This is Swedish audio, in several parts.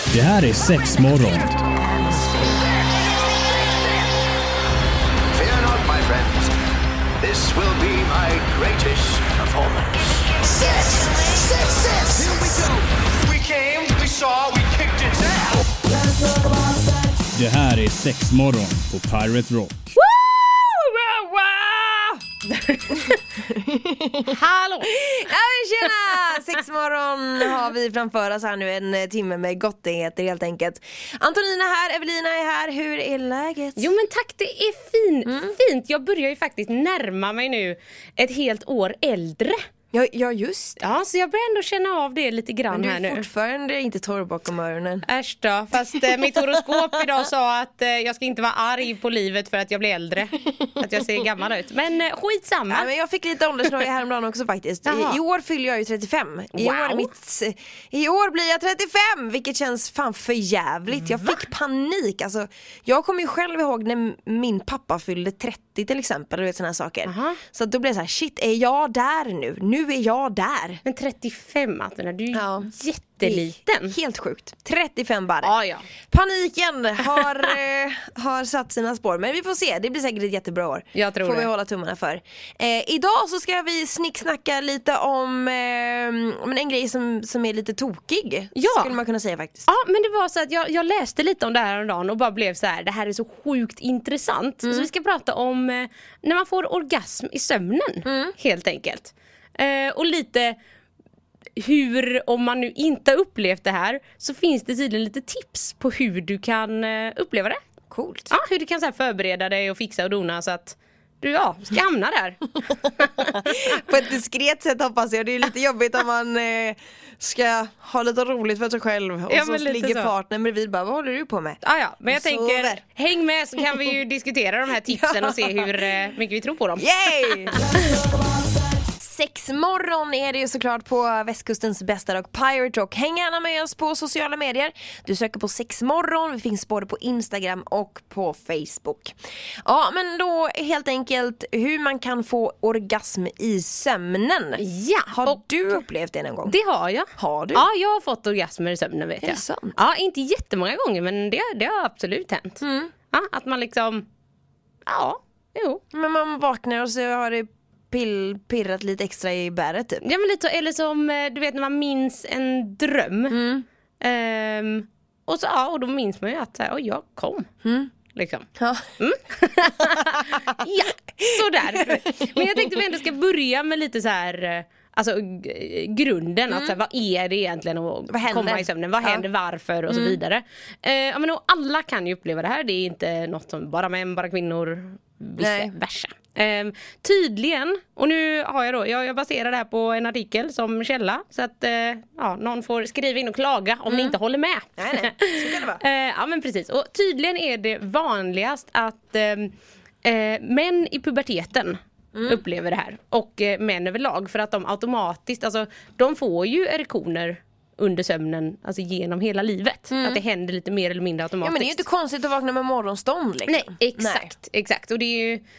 Det här är Sexmorgon. Fear not, my friends. This will be my greatest performance. Six! Here we go. We came, we saw, we kicked its ass. Det här är Sexmorgon på Pirate Rock. Hallå! Ja, tjena! Sexmorgon har vi framför oss här nu, en timme med gottigheter helt enkelt. Antonina här, Evelina är här. Hur är läget? Jo men tack, det är fint. Jag börjar ju faktiskt närma mig nu ett helt år äldre. Ja, just det. Ja, så jag börjar ändå känna av det lite grann här nu. Men du är fortfarande inte torr bakom öronen. Äsch då, fast mitt horoskop idag sa att jag ska inte vara arg på livet för att jag blir äldre. Att jag ser gammal ut. Men skitsamma. Ja, men jag fick lite åldersnoja häromdagen också faktiskt. I år fyller jag ju 35. I år blir jag 35, vilket känns fan för jävligt. Jag fick panik. Alltså, jag kommer ju själv ihåg när min pappa fyllde 30 till exempel, du vet såna här saker. Så då blev det så här, shit, är jag där nu? Nu är jag där. Men 35, Antonina, du är ju jätteliten. Helt sjukt. 35 bara. Ja. Paniken har satt sina spår. Men vi får se, det blir säkert ett jättebra år. Jag tror får det. vi hålla tummarna för. Idag så ska vi snicksnacka lite om en grej som är lite tokig. Ja. Skulle man kunna säga faktiskt. Ja, men det var så att jag läste lite om det här en dag och bara blev så här, det här är så sjukt intressant. Så vi ska prata om när man får orgasm i sömnen, helt enkelt. Och lite hur, om man nu inte har upplevt det här, så finns det tydligen lite tips på hur du kan uppleva det. Coolt. Ja, hur du kan så här förbereda dig och fixa och dona så att du ska hamna där. På ett diskret sätt hoppas jag. Det är lite jobbigt om man ska ha lite roligt för sig själv. Och så ligger partnern bredvid bara, vad håller du på med? Ja, men jag tänker, häng med så kan vi ju diskutera de här tipsen och se hur mycket vi tror på dem. Yay! Sexmorgon är det ju såklart på västkustens bästa rock, Pirate Rock. Häng gärna med oss på sociala medier. Du söker på Sexmorgon. Vi finns både på Instagram och på Facebook. Ja, men då helt enkelt hur man kan få orgasm i sömnen. Ja. Har du upplevt det någon gång? Det har jag. Har du? Ja, jag har fått orgasmer i sömnen, vet jag. Är det sant? Ja, inte jättemånga gånger, men det har absolut hänt. Ja, att man liksom, Men man vaknar och så har det pirrat lite extra i bäret typ. Ja, men lite, eller som du vet när man minns en dröm. Och så och då minns man ju att jag kom. Liksom. Ja. Ja, sådär. Men jag tänkte vi ändå ska börja med lite så här, alltså grunden, att så här, vad är det egentligen att komma i sömnen, vad händer, varför och så vidare. Men och alla kan ju uppleva det här, det är inte något som bara män, bara kvinnor, vice versa. Tydligen, och nu har jag baserar det här på en artikel som källa, så att någon får skriva in och klaga om ni inte håller med. Nej, så kan det vara. Ja, men precis. Och tydligen är det vanligast att män i puberteten upplever det här, och män överlag, för att de automatiskt, alltså de får ju erektioner under sömnen, alltså genom hela livet. Att det händer lite mer eller mindre automatiskt. Ja, men det är ju inte konstigt att vakna med morgonstånd liksom. Nej, exakt. Och det är ju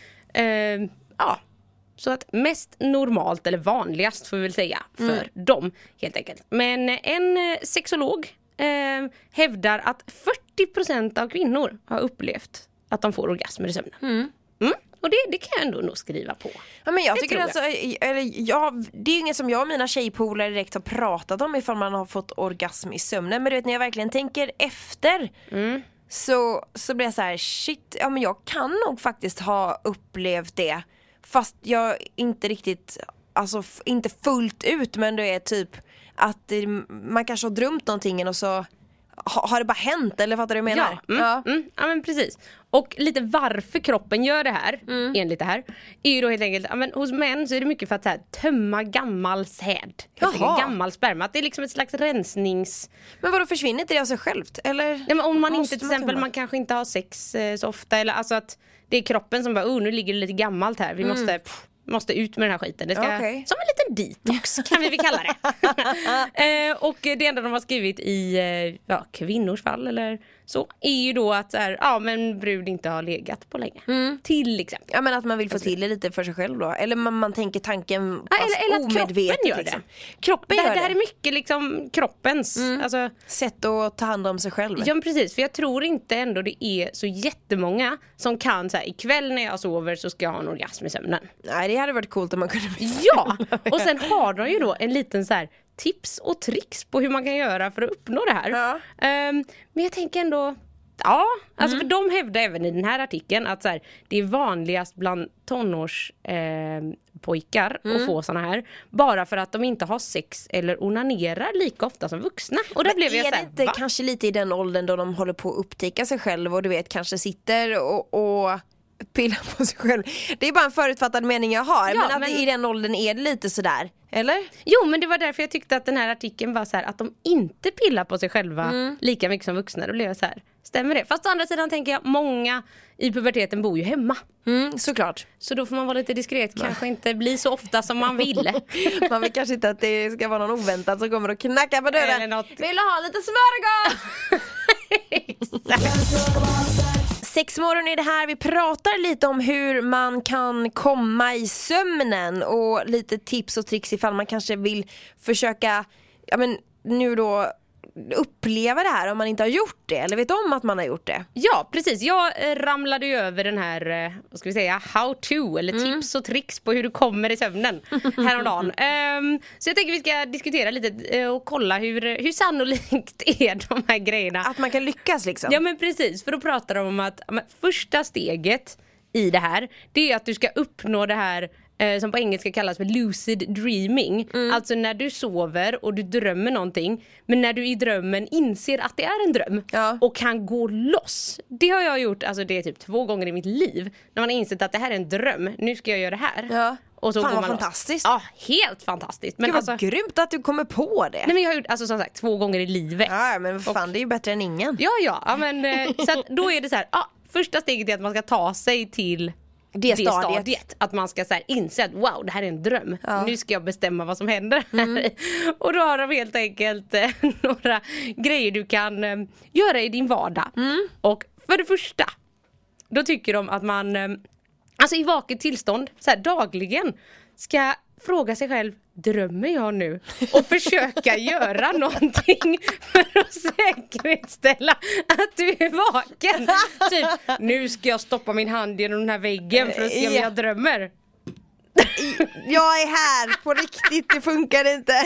så att mest normalt, eller vanligast får vi väl säga, för dem helt enkelt. Men en sexolog hävdar att 40% av kvinnor har upplevt att de får orgasmer i sömnen. Och det kan jag ändå nog skriva på. Ja, men jag tycker alltså, det är ju inget som jag och mina tjejpolare direkt har pratat om ifall man har fått orgasm i sömnen. Men du vet, när jag verkligen tänker efter så blir jag så här, shit, ja men jag kan nog faktiskt ha upplevt det. Fast jag inte riktigt, alltså inte fullt ut, men det är typ att man kanske har drömt någonting och så har det bara hänt, eller fattar du vad jag menar? Ja, men precis. Och lite varför kroppen gör det här, enligt det här, är ju då helt enkelt, men hos män så är det mycket för att så här, tömma gammal säd, gammal sperma. Att det är liksom ett slags rensnings... Men vadå, försvinner inte det av sig självt? Eller? Nej, men om man inte till exempel, man kanske inte har sex så ofta, eller alltså att det är kroppen som bara, nu ligger det lite gammalt här, vi måste ut med den här skiten. Det ska, som en liten detox kan vi kalla det. Och det enda de har skrivit i kvinnors fall, eller så är ju då att så här, men brud inte har legat på länge. Till exempel. Ja, men att man vill få till det lite för sig själv då. Eller man tänker tanken eller att omedvetet. Kroppen gör liksom. det. Kroppen gör det här är mycket liksom kroppens alltså, sätt att ta hand om sig själv. Ja, precis. För jag tror inte ändå det är så jättemånga som kan så här, ikväll när jag sover så ska jag ha en orgasm i sömnen. Nej, det hade varit coolt om man kunde. Ja, och sen har de ju då en liten så här tips och tricks på hur man kan göra för att uppnå det här. Ja. Men jag tänker ändå, ja, alltså för de hävdar även i den här artikeln att så här, det är vanligast bland tonårspojkar att få såna här, bara för att de inte har sex eller onanerar lika ofta som vuxna. Och där blev jag så här, är det inte kanske lite i den åldern då de håller på att upptäcka sig själv och du vet kanske sitter och pillar på sig själv. Det är bara en förutfattad mening jag har, men att i den åldern är det lite sådär, eller? Jo, men det var därför jag tyckte att den här artikeln var så här, att de inte pillar på sig själva lika mycket som vuxna. Då blev jag så här, stämmer det? Fast å andra sidan tänker jag, många i puberteten bor ju hemma. Såklart. Så då får man vara lite diskret, kanske inte bli så ofta som man vill. Man vill kanske inte att det ska vara någon oväntad som kommer och knackar på dörren. Eller något. Vill du ha lite smörgås? Sexmorgon är det här. Vi pratar lite om hur man kan komma i sömnen och lite tips och tricks ifall man kanske vill försöka nu då uppleva det här om man inte har gjort det eller vet om att man har gjort det. Ja, precis. Jag ramlade ju över den här, vad ska vi säga, how to eller tips och tricks på hur du kommer i sömnen häromdagen. Så jag tänker vi ska diskutera lite och kolla hur sannolikt är de här grejerna. Att man kan lyckas liksom. Ja, men precis. För då pratar de om att första steget i det här, det är att du ska uppnå det här som på engelska kallas för lucid dreaming. Alltså när du sover och du drömmer någonting, men när du i drömmen inser att det är en dröm och kan gå loss. Det har jag gjort, alltså det är typ 2 gånger i mitt liv när man har insett att det här är en dröm. Nu ska jag göra det här. Ja. Och så fan går vad man fantastiskt. Ja, helt fantastiskt. Men Gud, vad grymt att du kommer på det. Nej, men jag har gjort, alltså som sagt, 2 gånger i livet. Ja, men fan, det är ju bättre än ingen. Ja, men så att då är det så här, första steget är att man ska ta sig till det stadiet. Att man ska så här inse att wow, det här är en dröm. Nu ska jag bestämma vad som händer här. Och då har de helt enkelt några grejer du kan göra i din vardag. Och för det första, då tycker de att man alltså i vaket tillstånd så här, dagligen ska fråga sig själv, drömmer jag nu? Och försöka göra någonting för att säkerställa att du är vaken. Typ, nu ska jag stoppa min hand genom den här väggen för att se om jag drömmer. Jag är här, på riktigt, det funkar inte.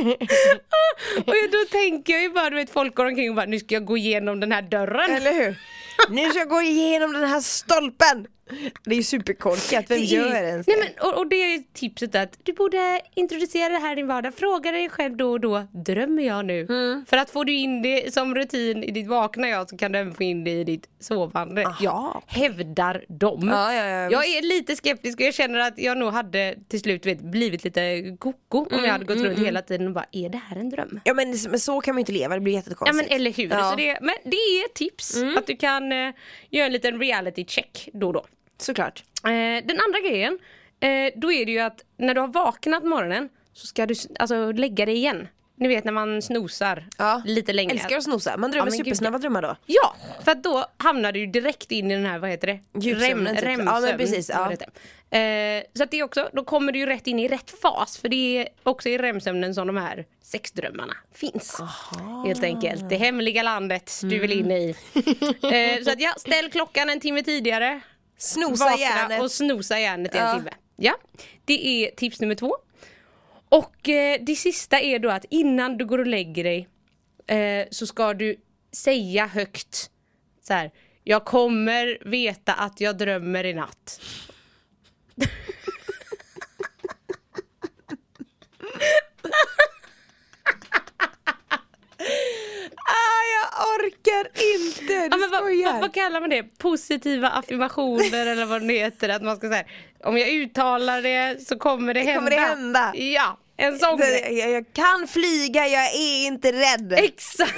Och då tänker jag ju bara, du vet, folk går omkring och bara, nu ska jag gå igenom den här dörren. Eller hur? Nu ska jag gå igenom den här stolpen. Det är ju superkorkat, vem gör ens det? Nej, men, och det är tipset att du borde introducera det här i din vardag. Fråga dig själv då och då, drömmer jag nu? För att får du in det som rutin i ditt vakna jag, så kan du även få in det i ditt sovande. Ja, hävdar dem. Ja. Jag är lite skeptisk och jag känner att jag nog hade till slut blivit lite koko om jag hade gått runt hela tiden och bara, är det här en dröm? Ja, men så kan man ju inte leva, det blir jättekonstigt. Ja, men eller hur? Ja. Så det är ett tips att du kan göra en liten reality check då och då. Såklart. Den andra grejen, då är det ju att när du har vaknat på morgonen så ska du alltså lägga dig igen. Ni vet när man snosar lite längre. Älskar att snosa. Man drömmer supersnabba drömmar då. Ja, för att då hamnar du direkt in i den här, vad heter det? Djupsömnen. Ja, men precis. Ja. Så att det är också, då kommer du ju rätt in i rätt fas. För det är också i REM-sömnen som de här sexdrömmarna finns. Helt enkelt. Det hemliga landet du vill in i. Så att ställ klockan 1 timme tidigare. Snosa hjärnet. Och snosa hjärnet i 1 timme. Ja, det är tips nummer 2. Och det sista är då att innan du går och lägger dig så ska du säga högt så här: jag kommer veta att jag drömmer i natt. Jag orkar inte. Vad kallar man det? Positiva affirmationer eller vad det heter. Att man ska säga, om jag uttalar det så kommer det hända. Kommer det hända? Ja, en sån grej. Jag kan flyga, jag är inte rädd. Exakt.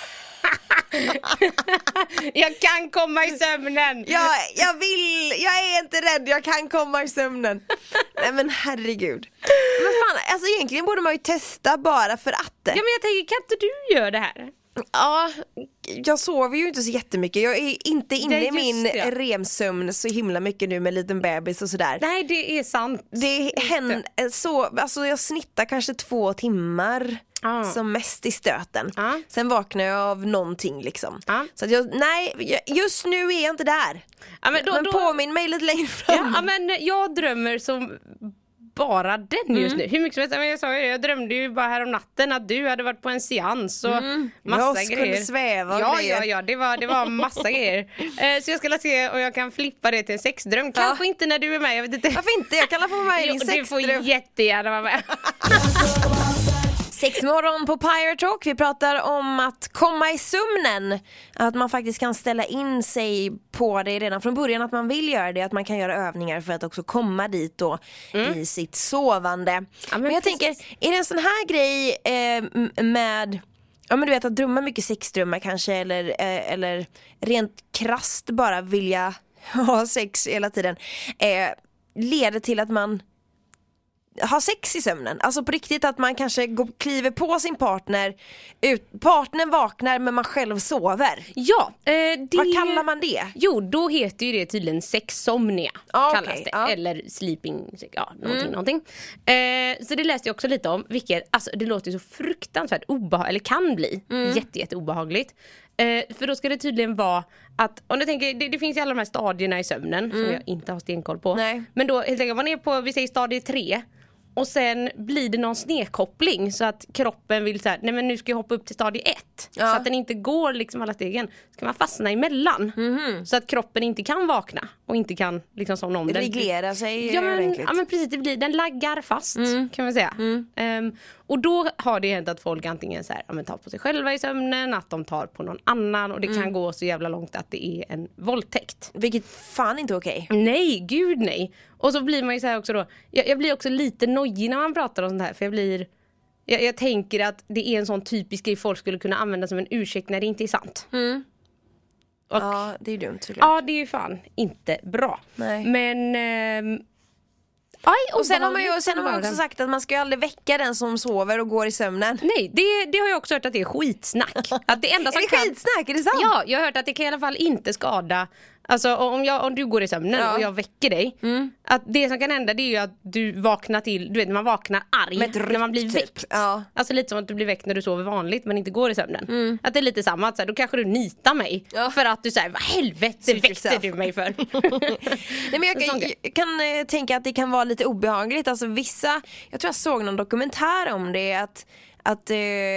Jag kan komma i sömnen. Jag är inte rädd, jag kan komma i sömnen. Nej men herregud. Men fan, alltså egentligen borde man ju testa bara för att. Ja, men jag tänker, kan inte du göra det här? Ja, jag sover ju inte så jättemycket. Jag är inte inne i min det. REM-sömn så himla mycket nu med liten bebis och sådär. Nej, det är sant. Det händer så, alltså jag snittar kanske 2 timmar som mest i stöten. Sen vaknar jag av någonting liksom. Så att just nu är jag inte där. Men påminn mig lite längre fram. Ja, men jag drömmer som bara den just nu. Hur mycket som helst, men jag sa ju, jag drömde ju bara här om natten att du hade varit på en seans och massa grejer. Jag skulle sväva. Ja, det var massa grejer. Så jag ska se om jag kan flippa det till en sexdröm. Kanske inte när du är med, jag vet inte. Varför inte? Jag kan få vara med i din sexdröm. Du får jättegärna vara med. Sexmorgon på Pirate Rock. Vi pratar om att komma i sömnen. Att man faktiskt kan ställa in sig på det redan från början. Att man vill göra det. Att man kan göra övningar för att också komma dit då i sitt sovande. Ja, men jag tänker, är det en sån här grej med... Ja, men du vet att drömma mycket sexdrömmar kanske. Eller rent krasst bara vilja ha sex hela tiden. Leder till att man ha sex i sömnen. Alltså på riktigt att man kanske kliver på sin partner, partnern vaknar men man själv sover. Ja, vad kallar man det? Jo, då heter ju det tydligen sexsomnia kallas okay, det. Eller sleeping, någonting. Så det läste jag också lite om, vilket, alltså det låter ju så fruktansvärt obehagligt, eller kan bli jätte obehagligt. För då ska det tydligen vara att, om du tänker, det finns ju alla de här stadierna i sömnen som jag inte har stenkoll på. Nej. Men då helt enkelt, man är på, vi säger stadie 3 och sen blir det någon snedkoppling så att kroppen vill så här, nej men nu ska jag hoppa upp till stadie 1. Så att den inte går liksom alla stegen. Ska man fastna emellan. Så att kroppen inte kan vakna och inte kan liksom somna om den. Reglera sig ja men precis, den laggar fast kan man säga. Och då har det hänt att folk antingen så här, tar på sig själva i sömnen, att de tar på någon annan och det kan gå så jävla långt att det är en våldtäkt. Vilket fan inte okej. Nej, gud nej. Och så blir man ju så här också då, jag blir också lite nojig när man pratar om sånt här, för jag tänker att det är en sån typisk grej folk skulle kunna använda som en ursäkt när det inte är sant. Och, ja, det är dumt såklart. Ja, det är ju fan inte bra. Nej. Men och sen har man också sagt att man ska ju aldrig väcka den som sover och går i sömnen. Nej, det har jag också hört att det är skitsnack. Att det enda som är det skitsnack? Är det sant? Ja, jag har hört att det kan i alla fall inte skada. Alltså om du går i sömnen och jag väcker dig, att det som kan hända det är ju att du vaknar till, du vet man vaknar arg när man blir väckt. Ja. Alltså lite som att du blir väckt när du sover vanligt men inte går i sömnen. Att det är lite samma, att så här, då kanske du nitar mig för att du säger vad helvete väckte du mig för. Nej, men jag kan tänka att det kan vara lite obehagligt. Alltså jag tror jag såg någon dokumentär om det, att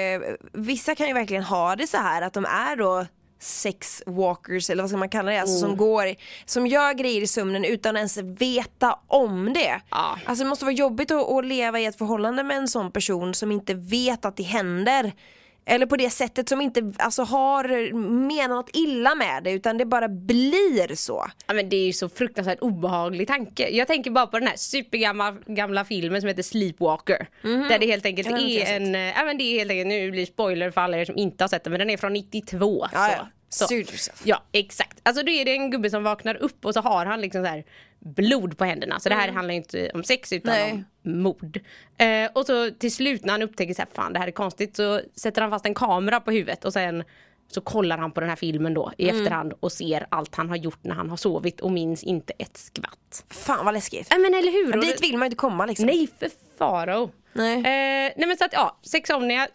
vissa kan ju verkligen ha det så här att de är då sex walkers eller vad ska man kalla det, alltså som gör grejer i sömnen utan ens veta om det. Alltså det måste vara jobbigt att leva i ett förhållande med en sån person som inte vet att det händer. Eller på det sättet som inte har menat något illa med det, utan det bara blir så. Ja, men det är ju så fruktansvärt obehaglig tanke. Jag tänker bara på den här supergamla filmen som heter Sleepwalker. Där det helt enkelt är en... men det är helt enkelt, nu blir spoiler för alla er som inte har sett den, men den är från 92. Så. Ja, exakt. Alltså då är det en gubbe som vaknar upp och så har han liksom så här blod på händerna. Så det här handlar inte om sex utan om mord. Och så till slut när han upptäcker så här, fan det här är konstigt, så sätter han fast en kamera på huvudet och sen så kollar han på den här filmen då i efterhand och ser allt han har gjort när han har sovit och minns inte ett skvatt. Fan vad läskigt. Men eller hur? Dit vill man ju inte komma liksom. Nej, för faro. Nej men så att sexomnia,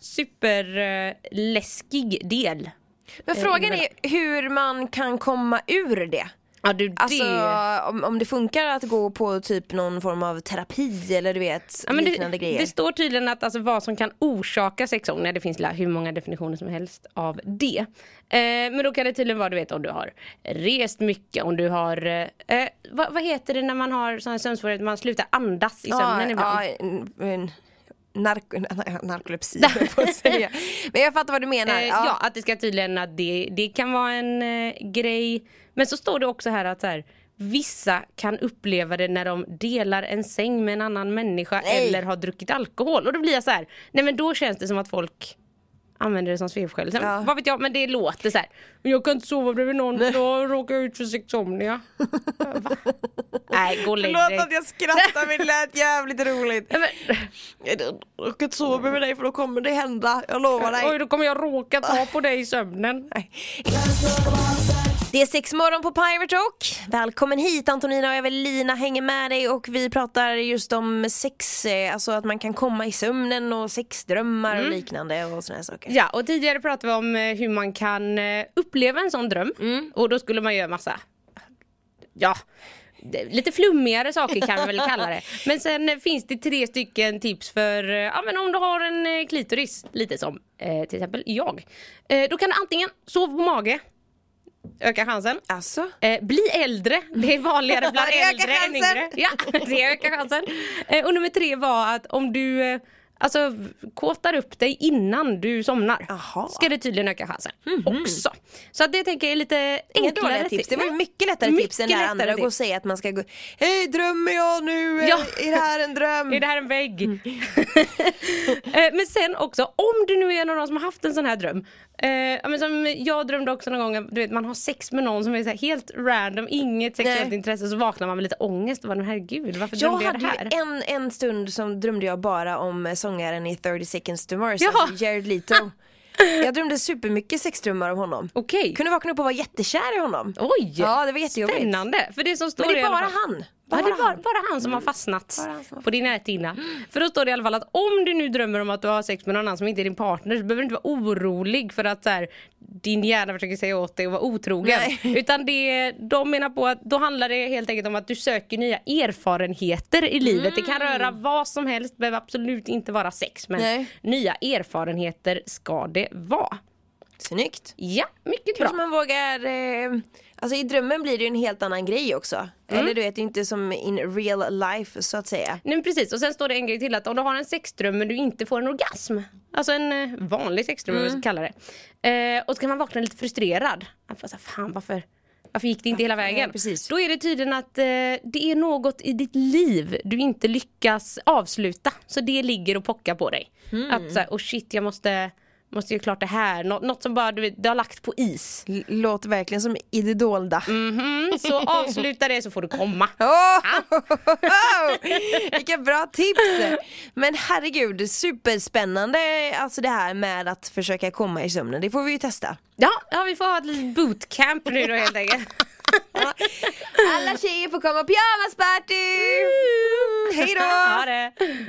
superläskig del. Men frågan är hur man kan komma ur det. Ja, alltså om det funkar att gå på typ någon form av terapi eller du vet liknande grejer. Det står tydligen att alltså, vad som kan orsaka sexångest, det finns hur många definitioner som helst av det. Men då kan det tydligen vara, du vet, om du har rest mycket, om du har vad heter det när man har sådana sömnsvårigheter, man slutar andas i sömnen ibland. Narkolepsi på att säga. Men jag fattar vad du menar. Ja, att det ska tydligen att det kan vara en grej. Men så står det också här att så här, vissa kan uppleva det när de delar en säng med en annan människa eller har druckit alkohol. Och då blir jag så här, nej men då känns det som att folk använder det som svepskäl. Sen, vad vet jag, men det låter så här. Jag kan inte sova bredvid någon för då råkar jag ut för sexsomnia. Nej, gå och lägg dig. Förlåt att jag skrattar, men det lät jävligt roligt. Jag kan inte sova bredvid dig för då kommer det hända, jag lovar dig. Oj, då kommer jag råka ta på dig i sömnen. Nej. Det är 6 morgon på Pirate Rock. Välkommen hit, Antonina och Evelina hänger med dig och vi pratar just om sex, alltså att man kan komma i sömnen och sexdrömmar och liknande och såna här saker. Ja, och tidigare pratade vi om hur man kan uppleva en sån dröm och då skulle man göra massa, lite flummigare saker kan man väl kalla det. Men sen finns det 3 stycken tips för men om du har en klitoris, lite som till exempel jag. Då kan du antingen sova på mage, öka chansen. Alltså? Bli äldre. Det är vanligare bland äldre än yngre. Ja, det ökar chansen. Och nummer 3 var att om du kåtar upp dig innan du somnar. Aha. Ska det tydligen öka chansen också. Så att det tänker jag är lite enklare tips. Det var mycket lättare tips än det andra att gå och säga att man ska gå, hej, drömmer jag nu? Ja. Är det här en dröm? Är det här en vägg? Men sen också, om du nu är någon som har haft en sån här dröm. Men som jag drömde också någon gång, du vet, man har sex med någon som är så här helt random, inget sexuellt intresse, så vaknar man med lite ångest och herregud, varför drömde jag det här? En stund som drömde jag bara om sångaren i 30 Seconds to Mars, alltså Jared Leto. Jag drömde supermycket sexdrömmar om honom. Okej. Kunde vakna upp och vara jättekär i honom. Oj! Ja, det var jättejobbigt. Spännande, för det som står men det är bara han. Det är bara han som har fastnat på din näthinna. För då står det i alla fall att om du nu drömmer om att du har sex med någon annan som inte är din partner, så behöver du inte vara orolig för att så här, din hjärna försöker säga åt dig och vara otrogen. Utan de menar på att då handlar det helt enkelt om att du söker nya erfarenheter i livet. Det kan röra vad som helst, behöver absolut inte vara sex, men nya erfarenheter ska det vara. Snyggt. Ja, mycket bra. Kanske man vågar, alltså i drömmen blir det ju en helt annan grej också. Eller du vet, inte som in real life så att säga. Nej, precis, och sen står det en grej till att om du har en sexdröm men du inte får en orgasm, alltså en vanlig sexdröm vad vi ska kalla det, och så kan man vakna lite frustrerad. Fan, varför gick det inte hela vägen? Precis. Då är det tydligen att det är något i ditt liv du inte lyckas avsluta, så det ligger och pockar på dig. Att så här, shit, jag måste ju klart det här. Något som bara du har lagt på is. Låter verkligen som i det dolda. Så avsluta det så får du komma. Vilka bra tips. Men herregud, superspännande. Alltså det här med att försöka komma i sömnen. Det får vi ju testa. Ja, vi får ha ett litet bootcamp nu då helt enkelt. Alla tjejer får komma pyjamasparty. Hej då. Ha det.